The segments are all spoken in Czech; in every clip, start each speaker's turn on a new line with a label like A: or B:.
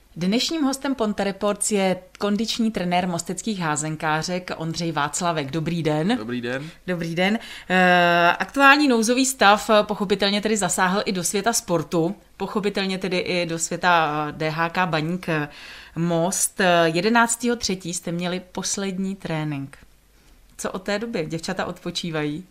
A: Dnešním hostem Ponte Reports je kondiční trenér mosteckých házenkářek Ondřej Václavek. Dobrý den.
B: Dobrý den.
A: Dobrý den. Aktuální nouzový stav pochopitelně tedy zasáhl i do světa sportu, pochopitelně tedy i do světa DHK Baník Most. 11.3. jste měli poslední trénink. Co od té doby? Děvčata odpočívají?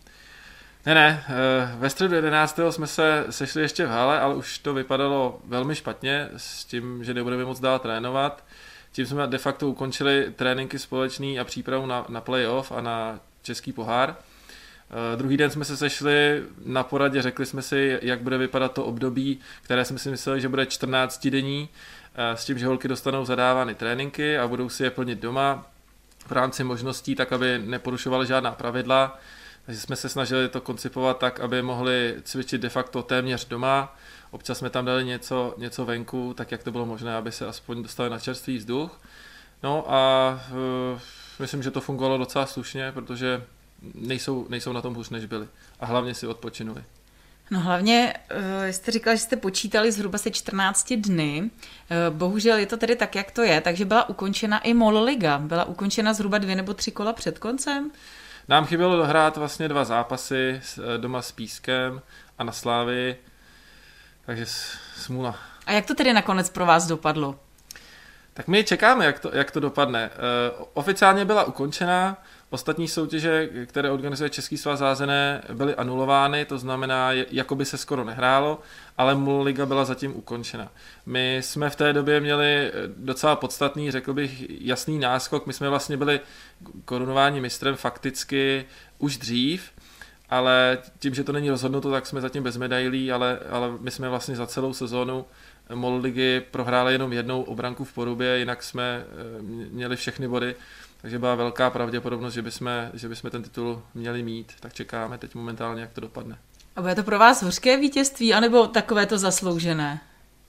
B: Ne, ve středu 11. jsme se sešli ještě v hale, ale už to vypadalo velmi špatně s tím, že nebudeme moc dál trénovat. Tím jsme de facto ukončili tréninky společný a přípravu na playoff a na český pohár. Druhý den jsme se sešli na poradě, řekli jsme si, jak bude vypadat to období, které jsme si mysleli, že bude 14denní, s tím, že holky dostanou zadávány tréninky a budou si je plnit doma v rámci možností, tak aby neporušovaly žádná pravidla. Takže jsme se snažili to koncipovat tak, aby mohli cvičit de facto téměř doma. Občas jsme tam dali něco venku, tak jak to bylo možné, aby se aspoň dostali na čerstvý vzduch. No a myslím, že to fungovalo docela slušně, protože nejsou na tom hůř, než byli. A hlavně si odpočinuli.
A: No hlavně jste říkal, že jste počítali zhruba se 14 dny. Bohužel je to tedy tak, jak to je, takže byla ukončena i MOL Liga. Byla ukončena zhruba 2 nebo 3 kola před koncem.
B: Nám chybělo dohrát vlastně 2 zápasy doma s Pískem a na Slávii, takže smůla.
A: A jak to tedy nakonec pro vás dopadlo?
B: Tak my čekáme, jak to dopadne. Oficiálně byla ukončena, ostatní soutěže, které organizuje Český svaz házené, byly anulovány, to znamená, jako by se skoro nehrálo, ale MOL Liga byla zatím ukončena. My jsme v té době měli docela podstatný, řekl bych, jasný náskok. My jsme vlastně byli korunováni mistrem fakticky už dřív, ale tím, že to není rozhodnuto, tak jsme zatím bez medailí, ale my jsme vlastně za celou sezónu MOL Ligy prohráli jenom jednou obranku v Porubě, jinak jsme měli všechny body, takže byla velká pravděpodobnost, že bychom ten titul měli mít, tak čekáme teď momentálně, jak to dopadne.
A: A bude to pro vás hořké vítězství, anebo takové to zasloužené?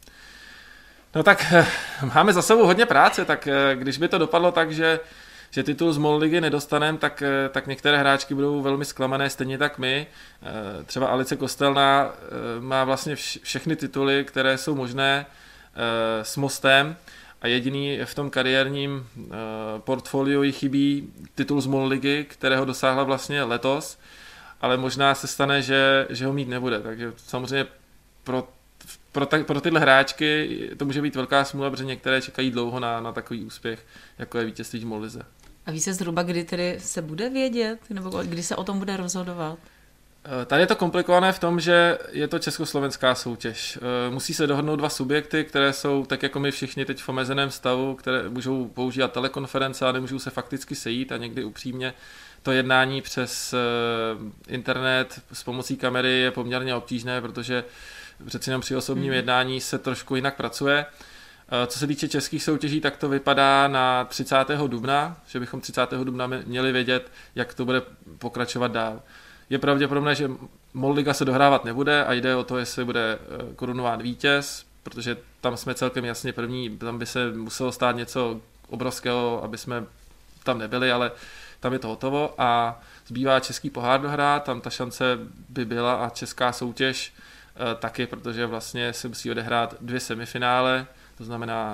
B: No tak máme za sebou hodně práce, tak když by to dopadlo tak, že titul z MOL Ligy nedostaneme, tak některé hráčky budou velmi zklamané, stejně tak my. Třeba Alice Kostelná má vlastně všechny tituly, které jsou možné s Mostem a jediný v tom kariérním portfoliu jí chybí titul z MOL Ligy, kterého dosáhla vlastně letos, ale možná se stane, že ho mít nebude. Takže samozřejmě pro tyhle hráčky to může být velká smůla, protože některé čekají dlouho na takový úspěch, jako je vítězství v MOL Lize.
A: A ví se zhruba, kdy tedy se bude vědět, nebo kdy se o tom bude rozhodovat?
B: Tady je to komplikované v tom, že je to československá soutěž. Musí se dohodnout 2 subjekty, které jsou tak jako my všichni teď v omezeném stavu, které můžou používat telekonference a nemůžou se fakticky sejít a někdy upřímně to jednání přes internet s pomocí kamery je poměrně obtížné, protože přeci jenom při osobním jednání se trošku jinak pracuje. Co se týče českých soutěží, tak to vypadá na 30. dubna, že bychom 30. dubna měli vědět, jak to bude pokračovat dál. Je pravděpodobné, že MOL Liga se dohrávat nebude a jde o to, jestli bude korunován vítěz, protože tam jsme celkem jasně první, tam by se muselo stát něco obrovského, aby jsme tam nebyli, ale tam je to hotovo a zbývá český pohár dohrát, tam ta šance by byla a česká soutěž taky, protože vlastně se musí odehrát 2 semifinále, to znamená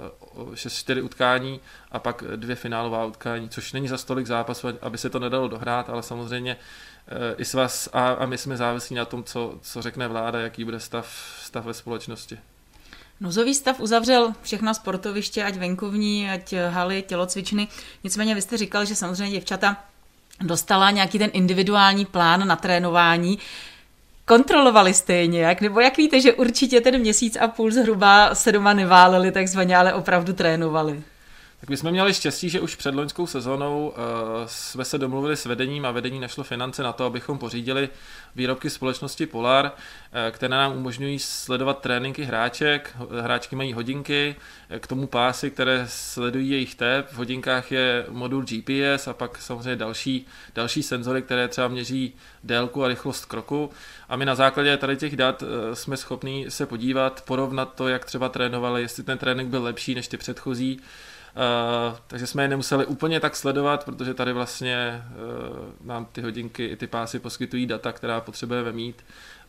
B: 4 utkání a pak 2 finálová utkání, což není za tolik zápasů, aby se to nedalo dohrát, ale samozřejmě i svaz a my jsme závislí na tom, co řekne vláda, jaký bude stav ve společnosti.
A: Nouzový stav uzavřel všechna sportoviště, ať venkovní, ať haly, tělocvičny. Nicméně vy jste říkal, že samozřejmě děvčata dostala nějaký ten individuální plán na trénování. Kontrolovali jste je nějak? Nebo jak víte, že určitě ten měsíc a půl zhruba se doma neváleli takzvaně, ale opravdu trénovali?
B: Tak my jsme měli štěstí, že už před loňskou sezónou jsme se domluvili s vedením a vedení našlo finance na to, abychom pořídili výrobky společnosti Polar, které nám umožňují sledovat tréninky hráček. Hráčky mají hodinky, k tomu pásy, které sledují jejich tep. V hodinkách je modul GPS a pak samozřejmě další senzory, které třeba měří délku a rychlost kroku. A my na základě tady těch dat jsme schopní se podívat, porovnat to, jak třeba trénovali, jestli ten trénink byl lepší než ty předchozí. Takže jsme je nemuseli úplně tak sledovat, protože tady vlastně nám ty hodinky i ty pásy poskytují data, která potřebujeme mít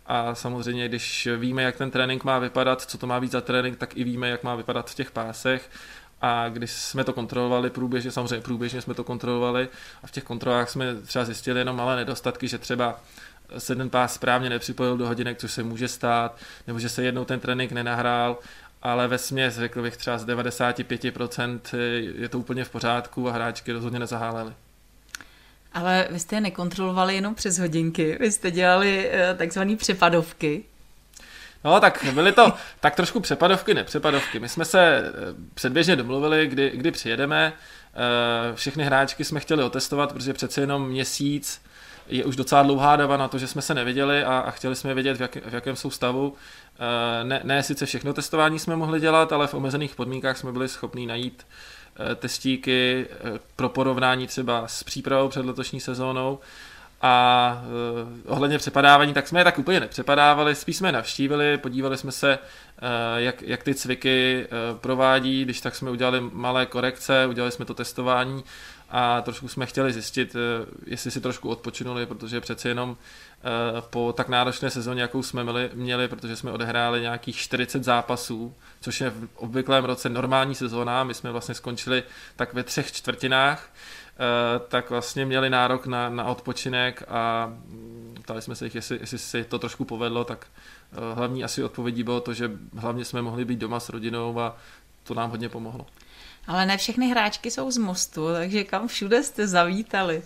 B: A samozřejmě, když víme, jak ten trénink má vypadat, co to má být za trénink, tak i víme, jak má vypadat v těch pásech. A když jsme to kontrolovali průběžně jsme to kontrolovali a v těch kontrolách jsme třeba zjistili jenom malé nedostatky, že třeba se ten pás správně nepřipojil do hodinek, což se může stát, nebo že se jednou ten trénink nenahrál, ale vesměs, řekl bych třeba z 95% je to úplně v pořádku a hráčky rozhodně nezahálely.
A: Ale vy jste je nekontrolovali jenom přes hodinky, vy jste dělali takzvané přepadovky.
B: No, tak byly to tak trošku přepadovky, nepřepadovky. My jsme se předběžně domluvili, kdy přijedeme. Všechny hráčky jsme chtěli otestovat, protože přece jenom měsíc je už docela dlouhá doba na to, že jsme se neviděli a chtěli jsme vědět, v jakém jsou stavu. Ne sice všechno testování jsme mohli dělat, ale v omezených podmínkách jsme byli schopni najít testíky pro porovnání třeba s přípravou před letošní sezónou. A ohledně přepadávání, tak jsme je tak úplně nepřepadávali, spíš jsme je navštívili, podívali jsme se, jak ty cviky provádí, když tak jsme udělali malé korekce, udělali jsme to testování a trošku jsme chtěli zjistit, jestli si trošku odpočinuli, protože přeci jenom po tak náročné sezóně, jakou jsme měli, protože jsme odehráli nějakých 40 zápasů, což je v obvyklém roce normální sezóna, my jsme vlastně skončili tak ve 3/4, tak vlastně měli nárok na odpočinek a ptali jsme se jich, jestli si to trošku povedlo, tak hlavní asi odpovědí bylo to, že hlavně jsme mohli být doma s rodinou a to nám hodně pomohlo.
A: Ale ne všechny hráčky jsou z Mostu, takže kam všude jste zavítali?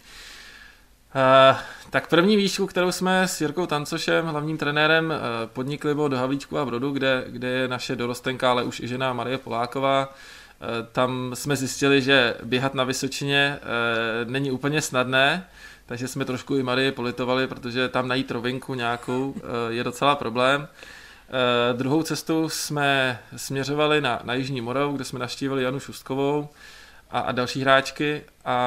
B: Tak první výšku, kterou jsme s Jirkou Tancošem, hlavním trenérem, podnikli, bylo do Havlíčku a Brodu, kde je naše dorostenka, ale už i žena Marie Poláková. Tam jsme zjistili, že běhat na Vysočině není úplně snadné, takže jsme trošku i Marii politovali, protože tam najít rovinku nějakou je docela problém. Druhou cestu jsme směřovali na Jižní Moravu, kde jsme navštívili Janu Šustkovou a další hráčky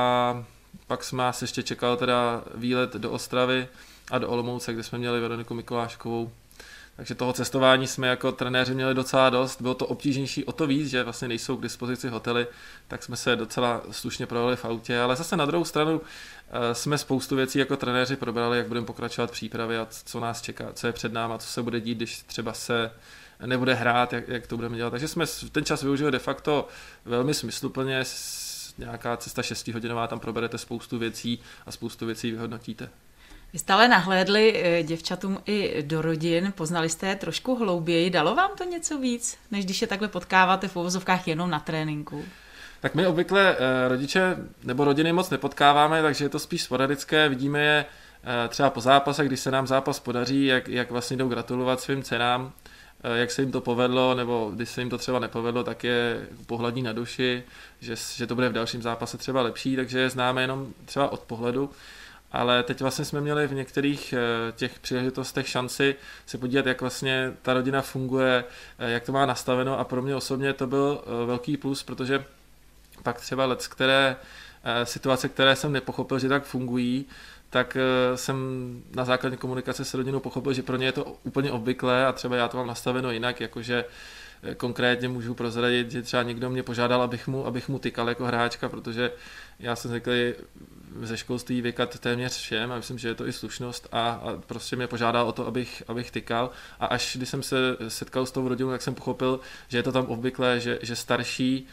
B: a pak jsme nás ještě čekal teda výlet do Ostravy a do Olomouce, kde jsme měli Veroniku Mikoláškovou. Takže toho cestování jsme jako trenéři měli docela dost. Bylo to obtížnější o to víc, že vlastně nejsou k dispozici hotely, tak jsme se docela slušně provali v autě, ale zase na druhou stranu jsme spoustu věcí jako trenéři probrali, jak budeme pokračovat v přípravě a co nás čeká, co je před náma, co se bude dít, když třeba se nebude hrát, jak to budeme dělat. Takže jsme ten čas využili de facto velmi smysluplně, nějaká cesta 6hodinová, tam proberete spoustu věcí a spoustu věcí vyhodnotíte.
A: Vy jste ale nahlédli děvčatům i do rodin, poznali jste je trošku hlouběji. Dalo vám to něco víc, než když je takhle potkáváte v uvozovkách jenom na tréninku?
B: Tak my obvykle rodiče nebo rodiny moc nepotkáváme, takže je to spíš sporadické. Vidíme je třeba po zápasech, když se nám zápas podaří, jak vlastně jdou gratulovat svým cenám, jak se jim to povedlo, nebo když se jim to třeba nepovedlo, tak je pohladní na duši, že to bude v dalším zápase třeba lepší, takže je známe jenom třeba od pohledu. Ale teď vlastně jsme měli v některých těch příležitostech šanci se podívat, jak vlastně ta rodina funguje, jak to má nastaveno a pro mě osobně to byl velký plus, protože pak třeba které situace, které jsem nepochopil, že tak fungují, tak jsem na základě komunikace s rodinou pochopil, že pro ně je to úplně obvyklé a třeba já to mám nastaveno jinak, jakože konkrétně můžu prozradit, že třeba někdo mě požádal, abych mu tykal jako hráčka, protože já jsem zvyklý ze školství vykat téměř všem a myslím, že je to i slušnost a prostě mě požádal o to, abych tykal a až když jsem se setkal s tou rodinou, tak jsem pochopil, že je to tam obvyklé, že starší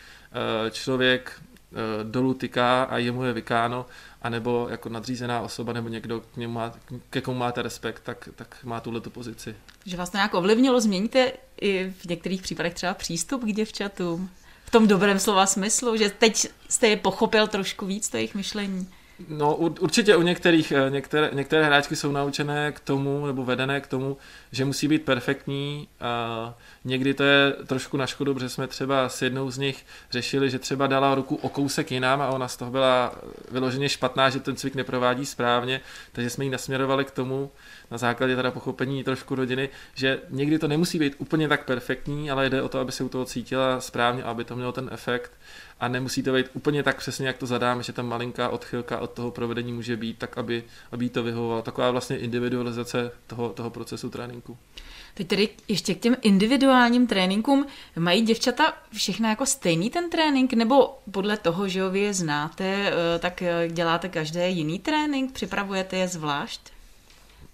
B: člověk dolů tyká a jemu je vykáno, anebo jako nadřízená osoba nebo někdo, ke komu máte respekt, tak má tuhletu pozici.
A: Že vás to nějak ovlivnilo, změníte i v některých případech třeba přístup k děvčatům? V tom dobrém slova smyslu, že teď jste je pochopil trošku víc, to jejich myšlení?
B: No určitě u některé hráčky jsou naučené k tomu, nebo vedené k tomu, že musí být perfektní a někdy to je trošku na škodu, protože jsme třeba s jednou z nich řešili, že třeba dala ruku o kousek jinam a ona z toho byla vyloženě špatná, že ten cvik neprovádí správně, takže jsme ji nasměrovali k tomu, na základě teda pochopení trošku rodiny, že někdy to nemusí být úplně tak perfektní, ale jde o to, aby se u toho cítila správně, aby to mělo ten efekt a nemusí to být úplně tak přesně, jak to zadáme, že ta malinká odchylka od toho provedení může být, tak aby jí to vyhovovalo. Taková vlastně individualizace toho procesu tréninku.
A: Teď tedy ještě k těm individuálním tréninkům. Mají děvčata všechno jako stejný ten trénink, nebo podle toho, že vy je znáte, tak děláte každé jiný trénink, připravujete je zvlášť?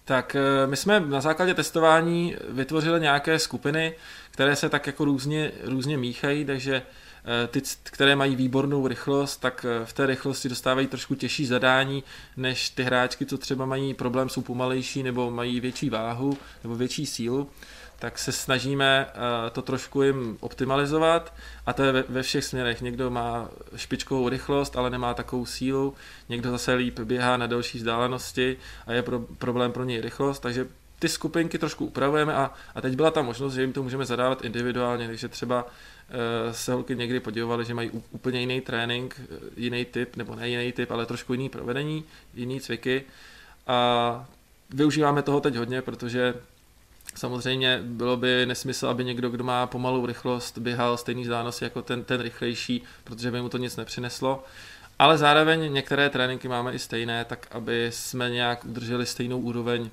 B: Tak my jsme na základě testování vytvořili nějaké skupiny, které se tak jako různě míchají, takže ty, které mají výbornou rychlost, tak v té rychlosti dostávají trošku těžší zadání, než ty hráčky, co třeba mají problém, jsou pomalejší nebo mají větší váhu nebo větší sílu, tak se snažíme to trošku jim optimalizovat a to je ve všech směrech. Někdo má špičkovou rychlost, ale nemá takovou sílu, někdo zase líp běhá na delší vzdálenosti a je problém pro něj rychlost, takže ty skupinky trošku upravujeme a teď byla ta možnost, že jim to můžeme zadávat individuálně, takže třeba se holky někdy podívaly, že mají úplně jiný trénink, jiný typ, nebo ne jiný typ, ale trošku jiný provedení, jiný cviky a využíváme toho teď hodně, protože samozřejmě bylo by nesmysl, aby někdo, kdo má pomalou rychlost, běhal stejný vzdálenosti jako ten rychlejší, protože by mu to nic nepřineslo. Ale zároveň některé tréninky máme i stejné, tak aby jsme nějak udrželi stejnou úroveň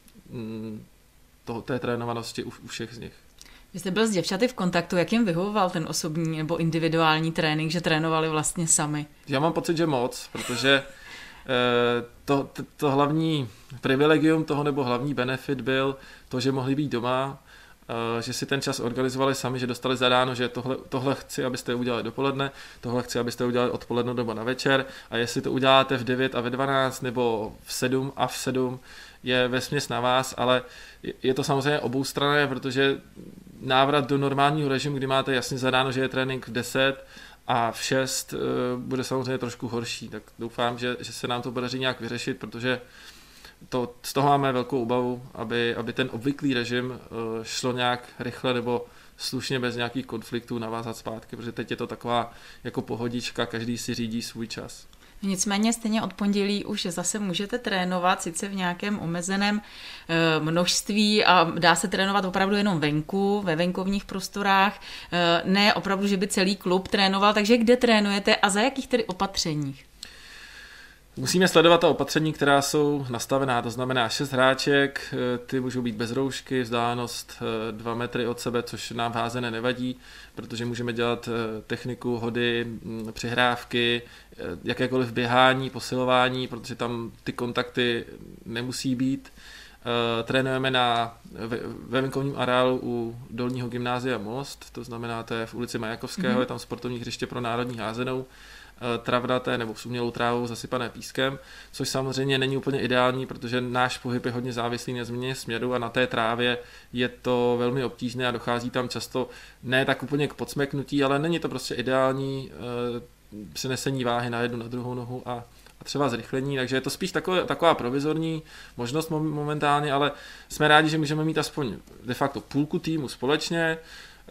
B: té trénovanosti u všech z nich.
A: Vy jste byl s děvčaty v kontaktu, jak jim vyhovoval ten osobní nebo individuální trénink, že trénovali vlastně sami?
B: Já mám pocit, že moc, protože to hlavní privilegium toho nebo hlavní benefit byl to, že mohli být doma, že si ten čas organizovali sami, že dostali zadáno, že tohle chci, abyste udělali dopoledne, tohle chci, abyste udělali odpoledne nebo na večer a jestli to uděláte v 9 a ve 12 nebo v 7 a v 7 je vesměs na vás, ale je to samozřejmě oboustranné, protože návrat do normálního režimu, kdy máte jasně zadáno, že je trénink v 10 a v 6 bude samozřejmě trošku horší, tak doufám, že se nám to podaří nějak vyřešit, protože z toho máme velkou obavu, aby ten obvyklý režim šlo nějak rychle nebo slušně bez nějakých konfliktů navázat zpátky, protože teď je to taková jako pohodička, každý si řídí svůj čas.
A: Nicméně stejně od pondělí už zase můžete trénovat, sice v nějakém omezeném množství a dá se trénovat opravdu jenom venku, ve venkovních prostorách, ne opravdu, že by celý klub trénoval, takže kde trénujete a za jakých tedy opatřeních?
B: Musíme sledovat ta opatření, která jsou nastavená, to znamená 6 hráček, ty můžou být bez roušky, vzdálenost 2 metry od sebe, což nám v házené nevadí, protože můžeme dělat techniku, hody, přihrávky, jakékoliv běhání, posilování, protože tam ty kontakty nemusí být. Trénujeme ve venkovním areálu u Dolního gymnázia Most, to znamená, to je v ulici Majakovského, je tam sportovní hřiště pro národní házenou, travnaté nebo s umělou trávou zasypané pískem, což samozřejmě není úplně ideální, protože náš pohyb je hodně závislý na změně směru a na té trávě je to velmi obtížné a dochází tam často ne tak úplně k podsmeknutí, ale není to prostě ideální přenesení váhy na jednu, na druhou nohu a třeba zrychlení, takže je to spíš taková provizorní možnost momentálně, ale jsme rádi, že můžeme mít aspoň de facto půlku týmu společně.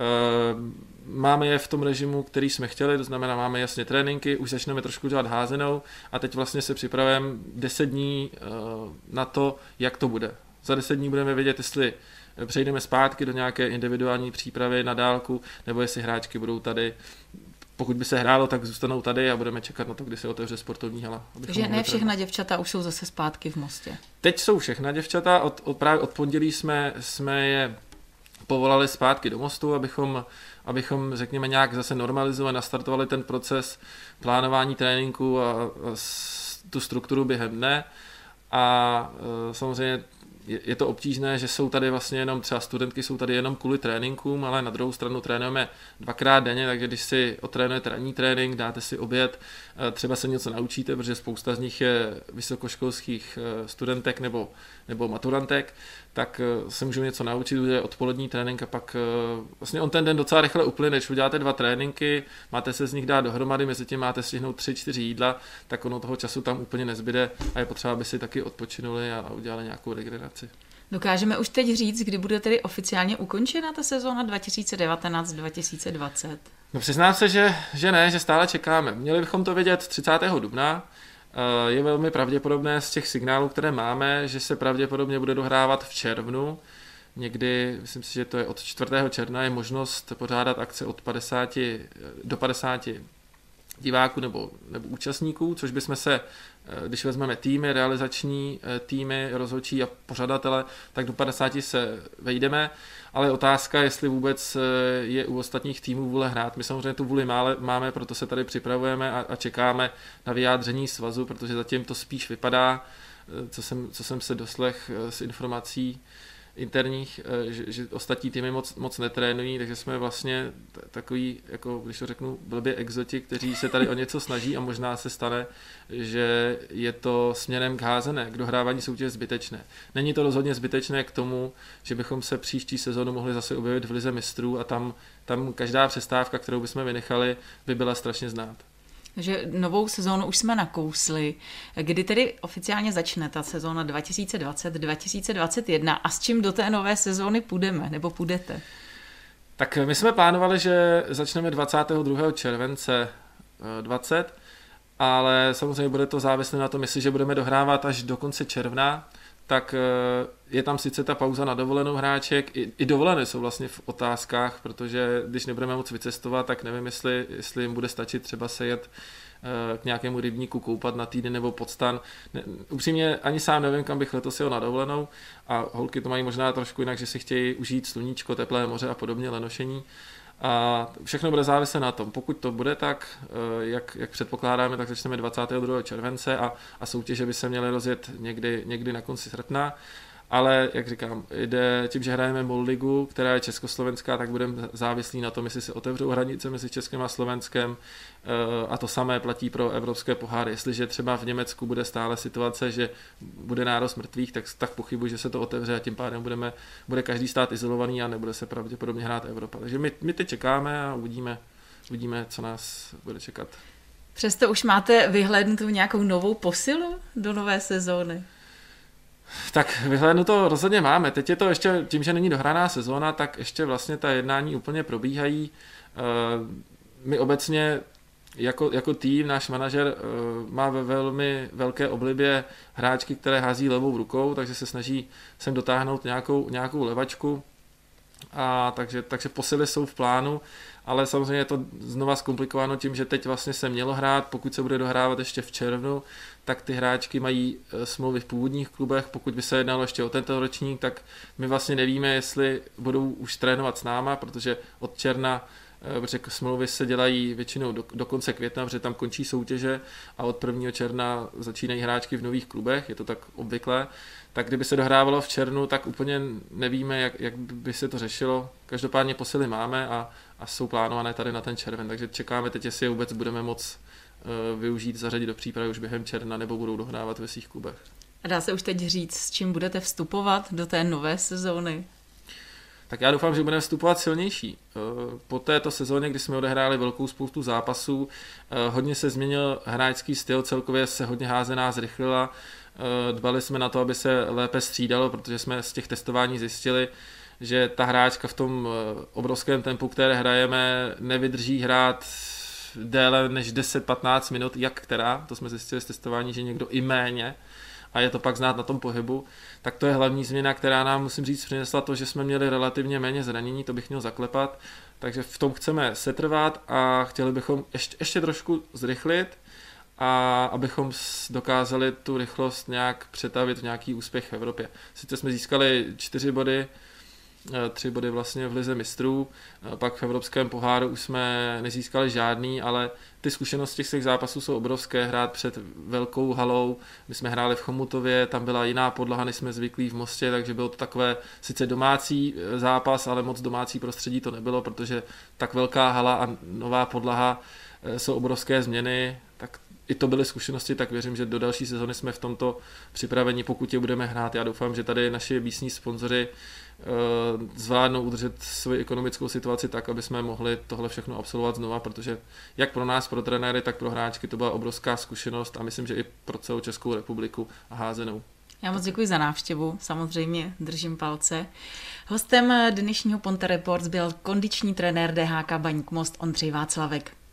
B: Máme je v tom režimu, který jsme chtěli, to znamená, máme jasně tréninky, už začneme trošku dělat házenou a teď vlastně se připravujeme 10 dní na to, jak to bude. Za 10 dní budeme vědět, jestli přejdeme zpátky do nějaké individuální přípravy na dálku, nebo jestli hráčky budou tady. Pokud by se hrálo, tak zůstanou tady a budeme čekat na to, kdy se otevře sportovní hala.
A: Takže ne všechna děvčata už jsou zase zpátky v Mostě.
B: Teď jsou všechna děvčata, právě od pondělí jsme je povolali zpátky do Mostu, abychom řekněme nějak zase normalizovali, nastartovali ten proces plánování tréninku a tu strukturu během dne a samozřejmě je to obtížné, že jsou tady vlastně jenom třeba studentky jsou tady jenom kvůli tréninkům, ale na druhou stranu trénujeme 2krát denně, takže když si otrénujete ranní trénink, dáte si oběd, třeba se něco naučíte, protože spousta z nich je vysokoškolských studentek nebo maturantek, tak se můžeme něco naučit, udělat odpolední trénink a pak vlastně on ten den docela rychle uplyne, když uděláte 2 tréninky, máte se z nich dát dohromady, mezi tím máte stihnout 3-4 jídla, tak ono toho času tam úplně nezbyde a je potřeba, aby si taky odpočinuli a udělali nějakou regeneraci.
A: Dokážeme už teď říct, kdy bude tedy oficiálně ukončena ta sezóna 2019-2020?
B: No přiznám se, že ne, že stále čekáme. Měli bychom to vědět 30. dubna. Je velmi pravděpodobné z těch signálů, které máme, že se pravděpodobně bude dohrávat v červnu. Někdy, myslím si, že to je od 4. června, je možnost pořádat akce od 50 do 50 diváků nebo účastníků, což bychom se, když vezmeme týmy, realizační týmy, rozhodčí a pořadatele, tak do 50 se vejdeme, ale otázka, jestli vůbec je u ostatních týmů vůle hrát. My samozřejmě tu vůli máme, proto se tady připravujeme a čekáme na vyjádření svazu, protože zatím to spíš vypadá, co jsem se doslech z informací interních, že ostatní týmy moc netrénují, takže jsme vlastně takový, jako když to řeknu, blbě exoti, kteří se tady o něco snaží a možná se stane, že je to směrem k házené, k dohrávání soutěže zbytečné. Není to rozhodně zbytečné k tomu, že bychom se příští sezónu mohli zase objevit v Lize mistrů a tam každá přestávka, kterou bychom vynechali, by byla strašně znát.
A: Takže novou sezónu už jsme nakousli. Kdy tedy oficiálně začne ta sezóna 2020-2021 a s čím do té nové sezóny půjdeme, nebo půjdete?
B: Tak my jsme plánovali, že začneme 22. července 20, ale samozřejmě bude to závislé na tom, jestliže budeme dohrávat až do konce června, tak je tam sice ta pauza na dovolenou hráček, i dovolené jsou vlastně v otázkách, protože když nebudeme moc vycestovat, tak nevím, jestli jim bude stačit třeba se jet k nějakému rybníku koupat na týden nebo pod stan. Upřímně ani sám nevím, kam bych letos jel na dovolenou a holky to mají možná trošku jinak, že si chtějí užít sluníčko, teplé moře a podobně, lenošení. A všechno bude záviset na tom. Pokud to bude tak, jak předpokládáme, tak začneme 22. července a soutěže by se měly rozjet někdy na konci srpna. Ale, jak říkám, tím, že hrajeme MOL ligu, která je československá, tak budeme závislí na tom, jestli se otevřou hranice mezi Českem a Slovenskem. A to samé platí pro evropské poháry. Jestliže třeba v Německu bude stále situace, že bude nárost mrtvých, tak pochybuji, že se to otevře a tím pádem bude každý stát izolovaný a nebude se pravděpodobně hrát Evropa. Takže my teď čekáme a uvidíme, co nás bude čekat.
A: Přesto už máte vyhlédnutou nějakou novou posilu do nové sezóny?
B: Tak vyhlédnu to rozhodně máme. Teď je to ještě tím, že není dohraná sezóna, tak ještě vlastně ta jednání úplně probíhají. My obecně jako tým, náš manažer má ve velmi velké oblibě hráčky, které hází levou rukou, takže se snaží sem dotáhnout nějakou levačku. A takže posily jsou v plánu, ale samozřejmě je to znova zkomplikováno tím, že teď vlastně se mělo hrát, pokud se bude dohrávat ještě v červnu, tak ty hráčky mají smlouvy v původních klubech, pokud by se jednalo ještě o tento ročník, tak my vlastně nevíme, jestli budou už trénovat s náma, protože od června, protože smlouvy se dělají většinou do konce května, protože tam končí soutěže a od 1. června začínají hráčky v nových klubech, je to tak obvyklé. Tak kdyby se dohrávalo v červnu, tak úplně nevíme, jak by se to řešilo. Každopádně posily máme a jsou plánované tady na ten červen, takže čekáme teď, jestli je vůbec budeme moc využít, zařadit do přípravy už během června nebo budou dohrávat ve svých klubech.
A: A dá se už teď říct, s čím budete vstupovat do té nové sezóny?
B: Tak já doufám, že budeme vstupovat silnější. Po této sezóně, kdy jsme odehráli velkou spoustu zápasů, hodně se změnil hráčský styl, celkově se hodně házená zrychlila. Dbali jsme na to, aby se lépe střídalo, protože jsme z těch testování zjistili, že ta hráčka v tom obrovském tempu, které hrajeme, nevydrží hrát déle než 10-15 minut, jak která, to jsme zjistili z testování, že někdo i méně, a je to pak znát na tom pohybu, tak to je hlavní změna, která nám, musím říct, přinesla to, že jsme měli relativně méně zranění, to bych měl zaklepat, takže v tom chceme setrvat a chtěli bychom ještě trošku zrychlit, a abychom dokázali tu rychlost nějak přetavit v nějaký úspěch v Evropě. Sice jsme získali 4 body, 3 body vlastně v Lize mistrů, pak v Evropském poháru už jsme nezískali žádný, ale ty zkušenosti z těch zápasů jsou obrovské, hrát před velkou halou, my jsme hráli v Chomutově, tam byla jiná podlaha, než jsme zvyklí v Mostě, takže bylo to takové sice domácí zápas, ale moc domácí prostředí to nebylo, protože tak velká hala a nová podlaha jsou obrovské změny, tak i to byly zkušenosti, tak věřím, že do další sezony jsme v tomto připraveni, pokud je budeme hrát. Já doufám, že tady naši místní sponzoři zvládnou udržet svoji ekonomickou situaci tak, aby jsme mohli tohle všechno absolvovat znova, protože jak pro nás, pro trenéry, tak pro hráčky to byla obrovská zkušenost a myslím, že i pro celou Českou republiku a házenou.
A: Já moc děkuji za návštěvu, samozřejmě držím palce. Hostem dnešního Ponte Reports byl kondiční trenér DHK Baník Most Ondřej Václavek.